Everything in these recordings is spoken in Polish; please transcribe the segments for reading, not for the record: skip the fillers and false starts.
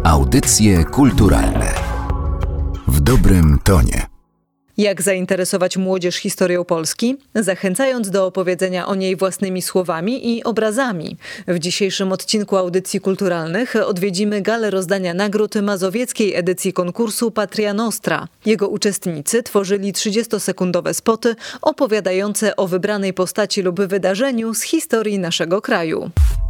Audycje kulturalne w dobrym tonie. Jak zainteresować młodzież historią Polski? Zachęcając do opowiedzenia o niej własnymi słowami i obrazami. W dzisiejszym odcinku Audycji Kulturalnych odwiedzimy galę rozdania nagród mazowieckiej edycji konkursu Patria Nostra. Jego uczestnicy tworzyli 30-sekundowe spoty opowiadające o wybranej postaci lub wydarzeniu z historii naszego kraju.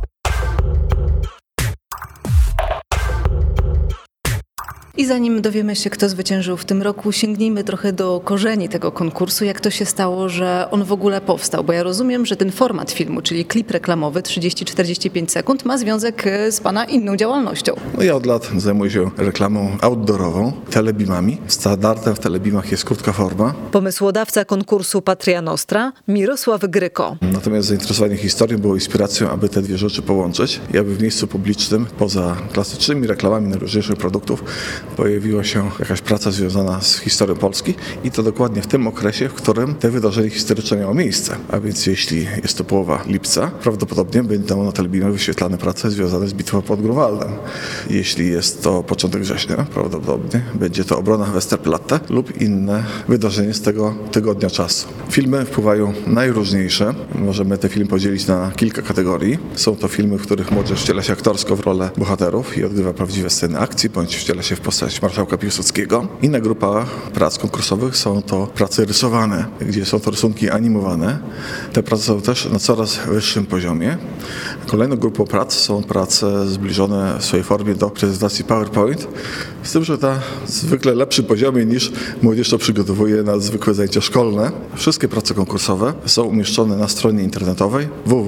I zanim dowiemy się, kto zwyciężył w tym roku, sięgnijmy trochę do korzeni tego konkursu. Jak to się stało, że on w ogóle powstał? Bo ja rozumiem, że ten format filmu, czyli klip reklamowy 30-45 sekund, ma związek z Pana inną działalnością. Ja od lat zajmuję się reklamą outdoorową, telebimami. Standardem w telebimach jest krótka forma. Pomysłodawca konkursu Patria Nostra, Mirosław Gryko. Natomiast zainteresowanie historią było inspiracją, aby te dwie rzeczy połączyć i aby w miejscu publicznym, poza klasycznymi reklamami najróżniejszych produktów, pojawiła się jakaś praca związana z historią Polski i to dokładnie w tym okresie, w którym te wydarzenie historyczne miało miejsce. A więc jeśli jest to połowa lipca, prawdopodobnie będą na telebimach wyświetlane prace związane z bitwą pod Grunwaldem. Jeśli jest to początek września, prawdopodobnie będzie to obrona Westerplatte lub inne wydarzenie z tego tygodnia czasu. Filmy wpływają najróżniejsze. Możemy te filmy podzielić na kilka kategorii. Są to filmy, w których młodzież wciela się aktorsko w rolę bohaterów i odgrywa prawdziwe sceny akcji, bądź wciela się w postać marszałka Piłsudskiego. Inna grupa prac konkursowych są to prace rysowane, gdzie są to rysunki animowane. Te prace są też na coraz wyższym poziomie. Kolejną grupą prac są prace zbliżone w swojej formie do prezentacji PowerPoint, z tym, że na zwykle lepszym poziomie niż młodzież to przygotowuje na zwykłe zajęcia szkolne. Wszystkie prace konkursowe są umieszczone na stronie internetowej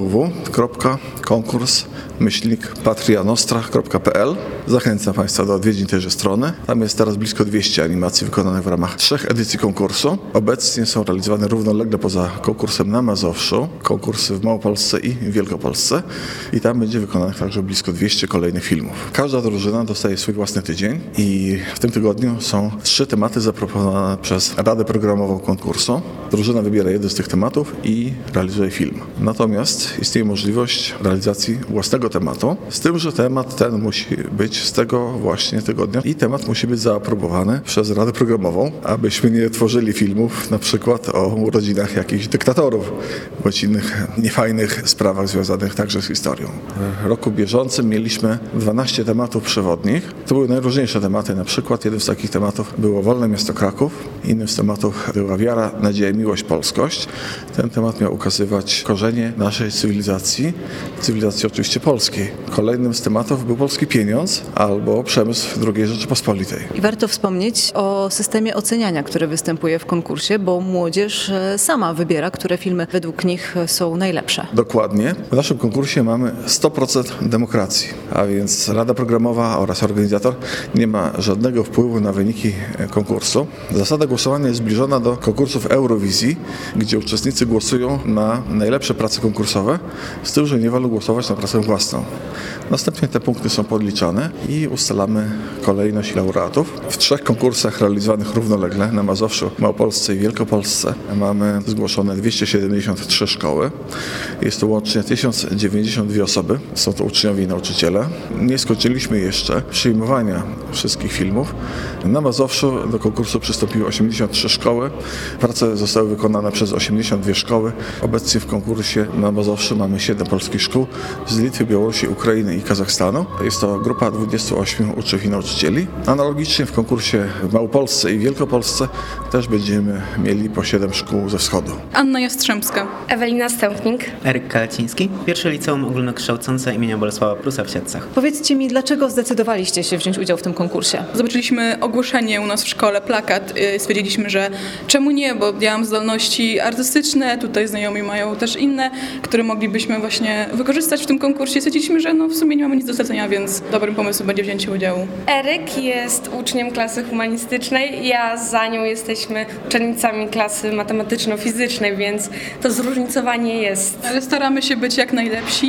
www.konkurs-patrianostra.pl. Zachęcam Państwa do odwiedzin tejże strony. Tam jest teraz blisko 200 animacji wykonanych w ramach 3 edycji konkursu. Obecnie są realizowane równolegle poza konkursem na Mazowszu, konkursy w Małopolsce i Wielkopolsce i tam będzie wykonanych także blisko 200 kolejnych filmów. Każda drużyna dostaje swój własny tydzień i w tym tygodniu są 3 tematy zaproponowane przez Radę Programową konkursu. Drużyna wybiera jeden z tych tematów i realizuje film. Natomiast istnieje możliwość realizacji własnego tematu, z tym, że temat ten musi być z tego właśnie tygodnia i temat musi być zaaprobowany przez Radę Programową, abyśmy nie tworzyli filmów na przykład o urodzinach jakichś dyktatorów bądź innych niefajnych sprawach związanych także z historią. W roku bieżącym mieliśmy 12 tematów przewodnich. To były najróżniejsze tematy. Na przykład jeden z takich tematów było Wolne Miasto Kraków, innym z tematów była Wiara, Nadzieja, Miłość, Polskość. Ten temat miał ukazywać korzenie naszej cywilizacji oczywiście polskiej. Kolejnym z tematów był polski pieniądz albo przemysł II Rzeczypospolitej. I warto wspomnieć o systemie oceniania, który występuje w konkursie, bo młodzież sama wybiera, które filmy według nich są najlepsze. Dokładnie. W naszym konkursie mamy 100% demokracji, a więc Rada Programowa oraz organizator nie ma żadnego wpływu na wyniki konkursu. Zasada głosowania jest zbliżona do konkursów Eurowizji, gdzie uczestnicy głosują na najlepsze prace konkursowe, z tym, że nie wolno głosować na pracę własną. Następnie te punkty są podliczane i ustalamy kolejność laureatów. W 3 konkursach realizowanych równolegle na Mazowszu, Małopolsce i Wielkopolsce mamy zgłoszone 273 szkoły. Jest to łącznie 1092 osoby. Są to uczniowie i nauczyciele. Nie skończyliśmy jeszcze przyjmowania wszystkich filmów. Na Mazowszu do konkursu przystąpiły 83 szkoły. Prace zostały wykonane przez 82 szkoły. Obecnie w konkursie na Mazowszu mamy 7 polskich szkół z Litwy, Białorusi, Ukrainy i Kazachstanu. Jest to grupa 28 uczniów i nauczycieli. Analogicznie w konkursie w Małopolsce i Wielkopolsce też będziemy mieli po 7 szkół ze wschodu. Anna Jastrzębska. Ewelina Stępnik. Eryk Kaleciński. Pierwsze liceum ogólnokształcące imienia Bolesława Prusa w Siedlcach. Powiedzcie mi, dlaczego zdecydowaliście się wziąć udział w tym konkursie? Zobaczyliśmy ogłoszenie u nas w szkole, plakat. Stwierdziliśmy, że czemu nie, bo ja mam zdolności artystyczne, tutaj znajomi mają też inne, które moglibyśmy właśnie wykorzystać w tym konkursie. Stwierdziliśmy, że w sumie nie mamy nic do stracenia, więc dobrym pomysłem będzie wzięcie udziału. Eryk jest uczniem klasy humanistycznej, ja za nią jesteśmy uczennicami klasy matematyczno-fizycznej, więc to zróżnicowanie jest. Ale staramy się być jak najlepsi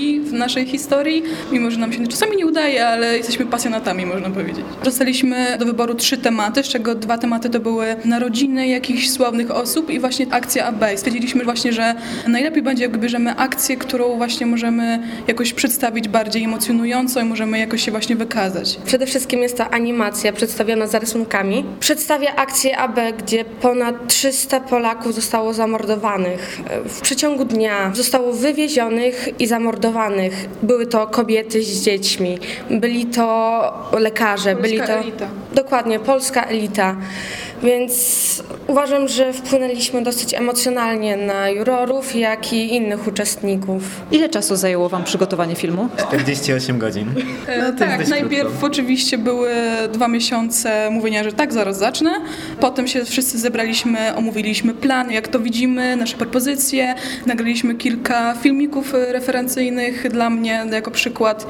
lubi w naszej historii, mimo że nam się czasami nie udaje, ale jesteśmy pasjonatami, można powiedzieć. Dostaliśmy do wyboru 3 tematy, z czego 2 tematy to były narodziny jakichś sławnych osób i właśnie akcja AB. Stwierdziliśmy właśnie, że najlepiej będzie, jak wybierzemy akcję, którą właśnie możemy jakoś przedstawić bardziej emocjonująco i możemy jakoś się właśnie wykazać. Przede wszystkim jest to animacja przedstawiona za rysunkami. Przedstawia akcję AB, gdzie ponad 300 Polaków zostało zamordowanych. W przeciągu dnia zostało wywiezionych i zamordowanych. Były to kobiety z dziećmi, byli to lekarze, byli to... elita. Dokładnie, polska elita. Więc uważam, że wpłynęliśmy dosyć emocjonalnie na jurorów, jak i innych uczestników. Ile czasu zajęło wam przygotowanie filmu? 48 godzin. Tak, najpierw oczywiście były 2 miesiące mówienia, że tak, zaraz zacznę. Potem się wszyscy zebraliśmy, omówiliśmy plan, jak to widzimy, nasze propozycje. Nagraliśmy kilka filmików referencyjnych dla mnie jako przykład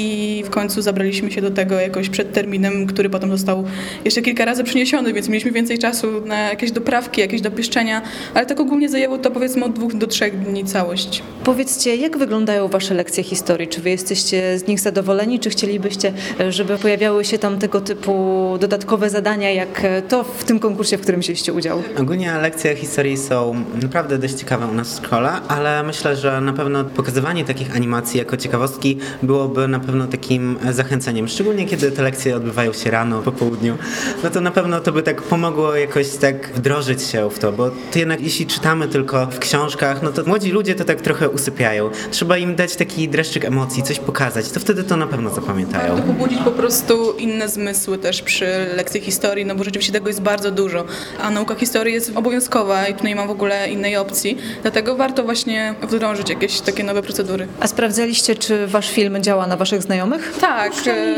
i w końcu zabraliśmy się do tego jakoś przed terminem, który potem został jeszcze kilka razy przyniesiony, więc mieliśmy więcej czasu na jakieś doprawki, jakieś dopieszczenia, ale tak ogólnie zajęło to powiedzmy od 2 do 3 dni całość. Powiedzcie, jak wyglądają wasze lekcje historii? Czy wy jesteście z nich zadowoleni, czy chcielibyście, żeby pojawiały się tam tego typu dodatkowe zadania, jak to w tym konkursie, w którym wzięliście udział? Ogólnie lekcje historii są naprawdę dość ciekawe u nas w szkole, ale myślę, że na pewno pokazywanie takich animacji jako ciekawostki byłoby na pewno takim zachęceniem. Szczególnie kiedy te lekcje odbywają się rano, po południu, no to na pewno to by tak pomogło jakoś tak wdrożyć się w to, bo to jednak jeśli czytamy tylko w książkach, no to młodzi ludzie to tak trochę usypiają. Trzeba im dać taki dreszczyk emocji, coś pokazać, to wtedy to na pewno zapamiętają. Warto pobudzić po prostu inne zmysły też przy lekcji historii, no bo rzeczywiście tego jest bardzo dużo, a nauka historii jest obowiązkowa i tu nie ma w ogóle innej opcji, dlatego warto właśnie wdrążyć jakieś takie nowe procedury. A sprawdzaliście, czy wasz film działa na waszych znajomych? Tak,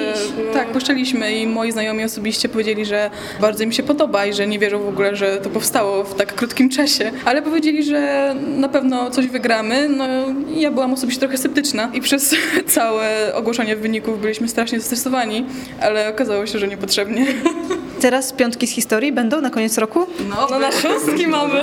puszczaliśmy i moi znajomi osobiście powiedzieli, że bardzo im się podoba i że nie wierzą w ogóle, że to powstało w tak krótkim czasie, ale powiedzieli, że na pewno coś wygramy. No ja byłam osobiście trochę sceptyczna i przez całe ogłoszenie wyników byliśmy strasznie zestresowani, ale okazało się, że niepotrzebnie. Teraz 5 z historii będą na koniec roku? No na 6 mamy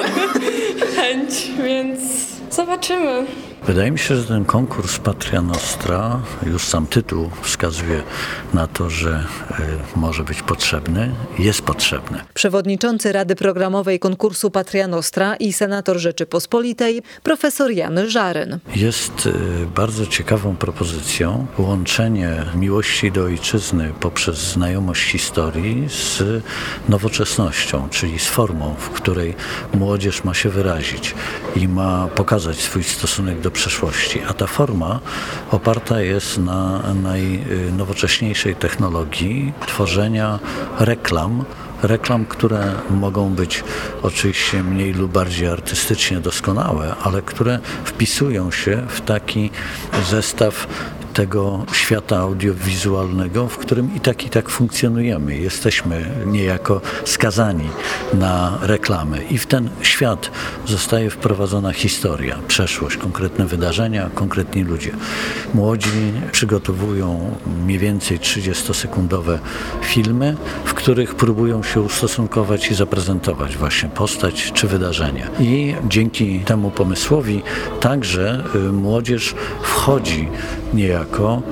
chęć, więc zobaczymy. Wydaje mi się, że ten konkurs Patria Nostra, już sam tytuł wskazuje na to, że może być potrzebny, jest potrzebny. Przewodniczący Rady Programowej konkursu Patria Nostra i senator Rzeczypospolitej, profesor Jan Żaryn. Jest bardzo ciekawą propozycją łączenie miłości do ojczyzny poprzez znajomość historii z nowoczesnością, czyli z formą, w której młodzież ma się wyrazić i ma pokazać swój stosunek do przeszłości, a ta forma oparta jest na najnowocześniejszej technologii tworzenia reklam, które mogą być oczywiście mniej lub bardziej artystycznie doskonałe, ale które wpisują się w taki zestaw tego świata audiowizualnego, w którym i tak funkcjonujemy. Jesteśmy niejako skazani na reklamy i w ten świat zostaje wprowadzona historia, przeszłość, konkretne wydarzenia, konkretni ludzie. Młodzi przygotowują mniej więcej 30-sekundowe filmy, w których próbują się ustosunkować i zaprezentować właśnie postać czy wydarzenie. I dzięki temu pomysłowi także młodzież wchodzi niejako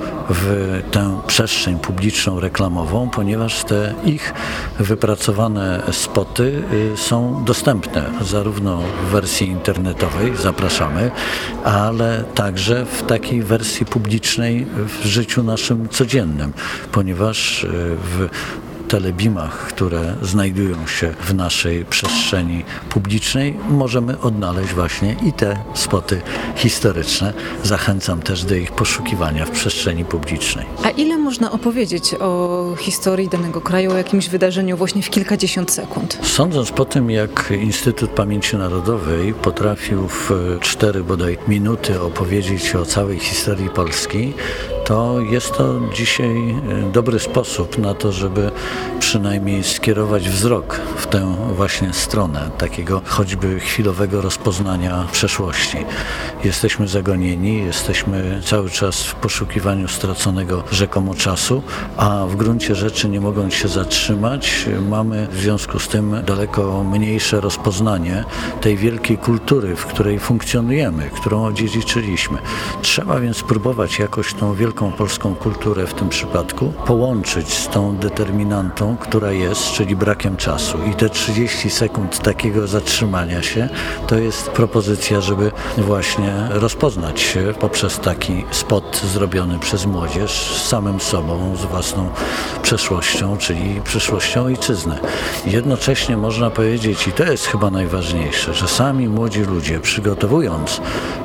w tę przestrzeń publiczną reklamową, ponieważ te ich wypracowane spoty są dostępne zarówno w wersji internetowej, zapraszamy, ale także w takiej wersji publicznej w życiu naszym codziennym, ponieważ w telebimach, które znajdują się w naszej przestrzeni publicznej, możemy odnaleźć właśnie i te spoty historyczne. Zachęcam też do ich poszukiwania w przestrzeni publicznej. A ile można opowiedzieć o historii danego kraju, o jakimś wydarzeniu właśnie w kilkadziesiąt sekund? Sądząc po tym, jak Instytut Pamięci Narodowej potrafił w 4 bodaj minuty opowiedzieć o całej historii Polski, to jest to dzisiaj dobry sposób na to, żeby przynajmniej skierować wzrok w tę właśnie stronę takiego choćby chwilowego rozpoznania przeszłości. Jesteśmy zagonieni, jesteśmy cały czas w poszukiwaniu straconego rzekomo czasu, a w gruncie rzeczy nie mogąc się zatrzymać, mamy w związku z tym daleko mniejsze rozpoznanie tej wielkiej kultury, w której funkcjonujemy, którą odziedziczyliśmy. Trzeba więc próbować jakoś tą wielką polską kulturę w tym przypadku połączyć z tą determinantą, która jest, czyli brakiem czasu. I te 30 sekund takiego zatrzymania się, to jest propozycja, żeby właśnie rozpoznać się poprzez taki spot zrobiony przez młodzież z samym sobą, z własną przeszłością, czyli przyszłością ojczyzny. Jednocześnie można powiedzieć, i to jest chyba najważniejsze, że sami młodzi ludzie, przygotowując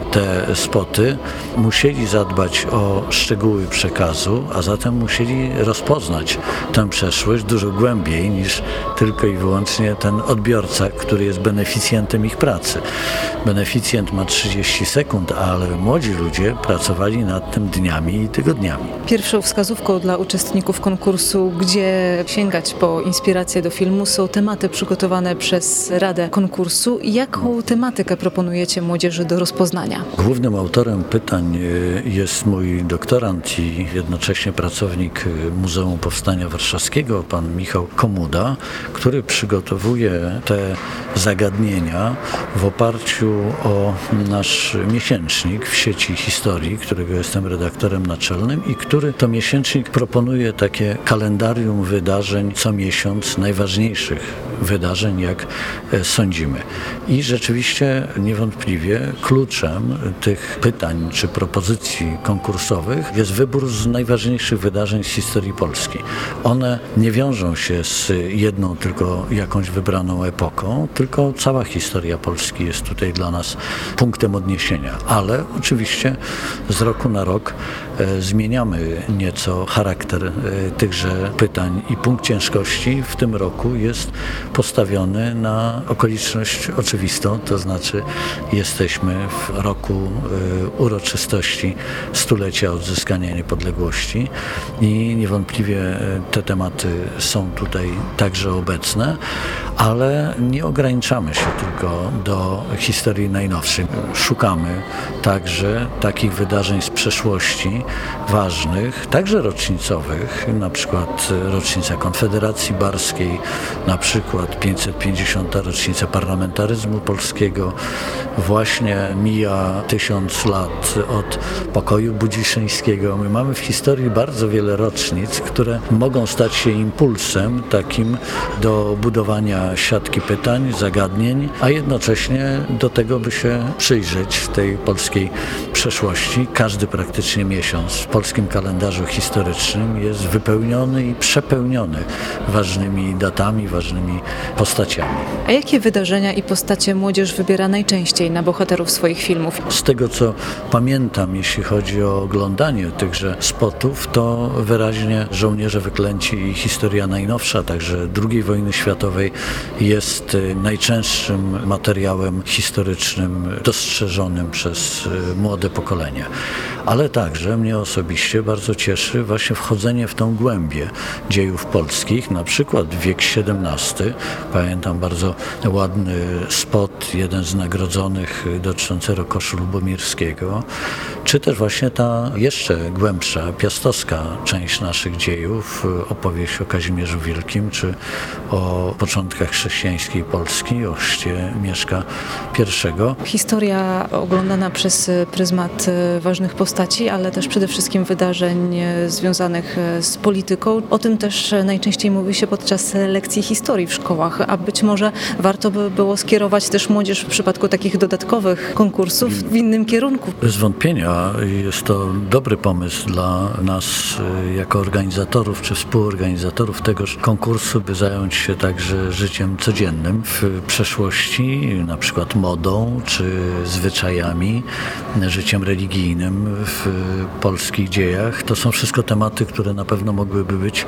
te spoty, musieli zadbać o szczegóły przekazu, a zatem musieli rozpoznać tę przeszłość dużo głębiej niż tylko i wyłącznie ten odbiorca, który jest beneficjentem ich pracy. Beneficjent ma 30 sekund, ale młodzi ludzie pracowali nad tym dniami i tygodniami. Pierwszą wskazówką dla uczestników konkursu, gdzie sięgać po inspirację do filmu, są tematy przygotowane przez Radę Konkursu. Jaką tematykę proponujecie młodzieży do rozpoznania? Głównym autorem pytań jest mój doktorant i jednocześnie pracownik Muzeum Powstania Warszawskiego, pan Michał Komuda, który przygotowuje te zagadnienia w oparciu o nasz miesięcznik w sieci historii, którego jestem redaktorem naczelnym i który to miesięcznik proponuje takie kalendarium wydarzeń co miesiąc, najważniejszych wydarzeń, jak sądzimy. I rzeczywiście niewątpliwie kluczem tych pytań czy propozycji konkursowych jest wybór z najważniejszych wydarzeń z historii Polski. One nie wiążą się z jedną tylko jakąś wybraną epoką, tylko cała historia Polski jest tutaj dla nas punktem odniesienia. Ale oczywiście z roku na rok zmieniamy nieco charakter tychże pytań i punkt ciężkości w tym roku jest postawiony na okoliczność oczywistą, to znaczy jesteśmy w roku uroczystości stulecia odzyskania niepodległości i niewątpliwie te tematy są tutaj także obecne, ale nie ograniczamy się tylko do historii najnowszej. Szukamy także takich wydarzeń z przeszłości ważnych, także rocznicowych, na przykład rocznica Konfederacji Barskiej, na przykład 550. rocznica parlamentaryzmu polskiego. Właśnie mija 1000 lat od pokoju budziszyńskiego. My mamy w historii bardzo wiele rocznic, które mogą stać się impulsem takim do budowania siatki pytań, zagadnień, a jednocześnie do tego, by się przyjrzeć tej polskiej przeszłości. Każdy praktycznie miesiąc w polskim kalendarzu historycznym jest wypełniony i przepełniony ważnymi datami, ważnymi postaciami. A jakie wydarzenia i postacie młodzież wybiera najczęściej na bohaterów swoich filmów? Z tego, co pamiętam, jeśli chodzi o oglądanie tychże spotów, to wyraźnie Żołnierze Wyklęci i historia najnowsza, także II wojny światowej jest najczęstszym materiałem historycznym dostrzeżonym przez młode pokolenie. Ale także mnie osobiście bardzo cieszy właśnie wchodzenie w tą głębię dziejów polskich, na przykład wiek XVII. Pamiętam bardzo ładny spot, jeden z nagrodzonych dotyczący Rokoszu Lubomirskiego, czy też właśnie ta jeszcze głębsza, piastowska część naszych dziejów, opowieść o Kazimierzu Wielkim, czy o początkach chrześcijańskiej Polski, o chrzcie Mieszka I. Historia oglądana przez pryzmat ważnych postaci, ale też przede wszystkim wydarzeń związanych z polityką. O tym też najczęściej mówi się podczas lekcji historii w szkołach, a być może warto by było skierować też młodzież w przypadku takich dodatkowych konkursów w innym kierunku. Bez wątpienia jest to dobry pomysł dla nas jako organizatorów czy współorganizatorów tegoż konkursu, by zająć się także życiem życiem codziennym w przeszłości, na przykład modą czy zwyczajami, życiem religijnym w polskich dziejach. To są wszystko tematy, które na pewno mogłyby być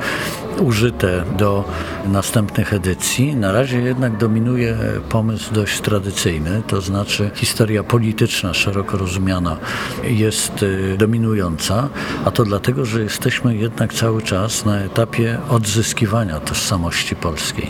użyte do następnych edycji. Na razie jednak dominuje pomysł dość tradycyjny, to znaczy historia polityczna, szeroko rozumiana, jest dominująca, a to dlatego, że jesteśmy jednak cały czas na etapie odzyskiwania tożsamości polskiej.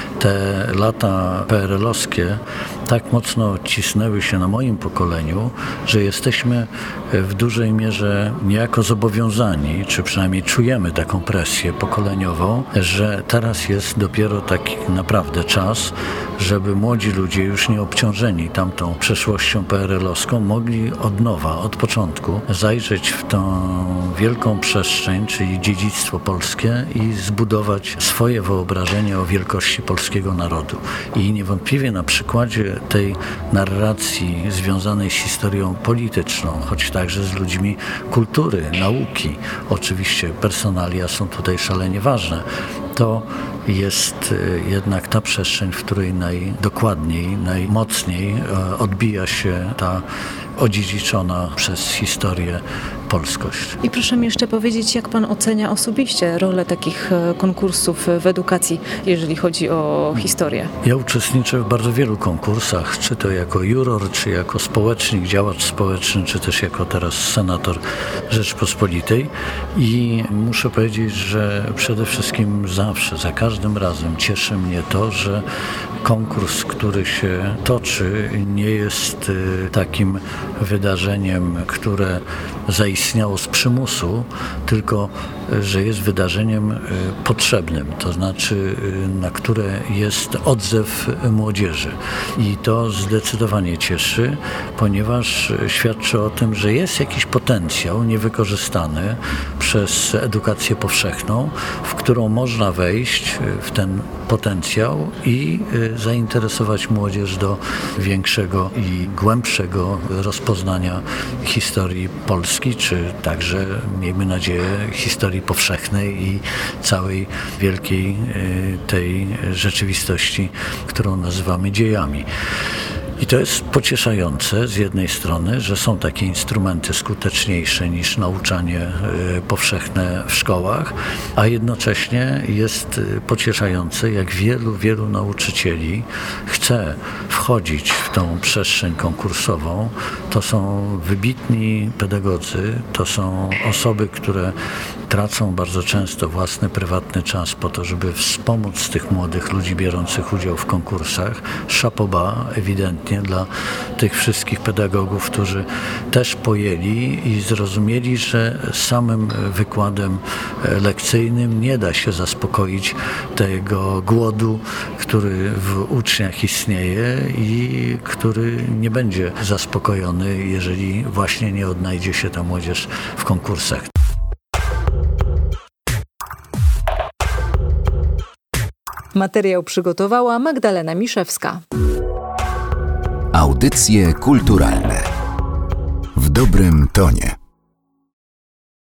Te lata PRL-owskie tak mocno odcisnęły się na moim pokoleniu, że jesteśmy w dużej mierze niejako zobowiązani, czy przynajmniej czujemy taką presję pokoleniową, że teraz jest dopiero taki naprawdę czas, żeby młodzi ludzie, już nie obciążeni tamtą przeszłością PRL-owską, mogli od nowa, od początku zajrzeć w tą wielką przestrzeń, czyli dziedzictwo polskie i zbudować swoje wyobrażenie o wielkości polskiego narodu. I niewątpliwie na przykładzie tej narracji związanej z historią polityczną, choć także z ludźmi kultury, nauki, oczywiście personalia są tutaj szalenie ważne, to jest jednak ta przestrzeń, w której najdokładniej, najmocniej odbija się ta odziedziczona przez historię polskość. I proszę mi jeszcze powiedzieć, jak pan ocenia osobiście rolę takich konkursów w edukacji, jeżeli chodzi o historię? Ja uczestniczę w bardzo wielu konkursach, czy to jako juror, czy jako społecznik, działacz społeczny, czy też jako teraz senator Rzeczpospolitej i muszę powiedzieć, że przede wszystkim zawsze, za każdym razem cieszy mnie to, że konkurs, który się toczy, nie jest takim wydarzeniem, które zaistniało z przymusu, tylko że jest wydarzeniem potrzebnym, to znaczy na które jest odzew młodzieży. I to zdecydowanie cieszy, ponieważ świadczy o tym, że jest jakiś potencjał niewykorzystany przez edukację powszechną, w którą można wejść w ten potencjał i zainteresować młodzież do większego i głębszego rozpoznania historii Polski, czy także, miejmy nadzieję, historii powszechnej i całej wielkiej tej rzeczywistości, którą nazywamy dziejami. I to jest pocieszające z jednej strony, że są takie instrumenty skuteczniejsze niż nauczanie powszechne w szkołach, a jednocześnie jest pocieszające, jak wielu nauczycieli chce wchodzić w tą przestrzeń konkursową. To są wybitni pedagodzy, to są osoby, które tracą bardzo często własny, prywatny czas po to, żeby wspomóc tych młodych ludzi biorących udział w konkursach. Chapeau bas, ewidentnie, dla tych wszystkich pedagogów, którzy też pojęli i zrozumieli, że samym wykładem lekcyjnym nie da się zaspokoić tego głodu, który w uczniach istnieje i który nie będzie zaspokojony, jeżeli właśnie nie odnajdzie się ta młodzież w konkursach. Materiał przygotowała Magdalena Miszewska. Audycje kulturalne w dobrym tonie.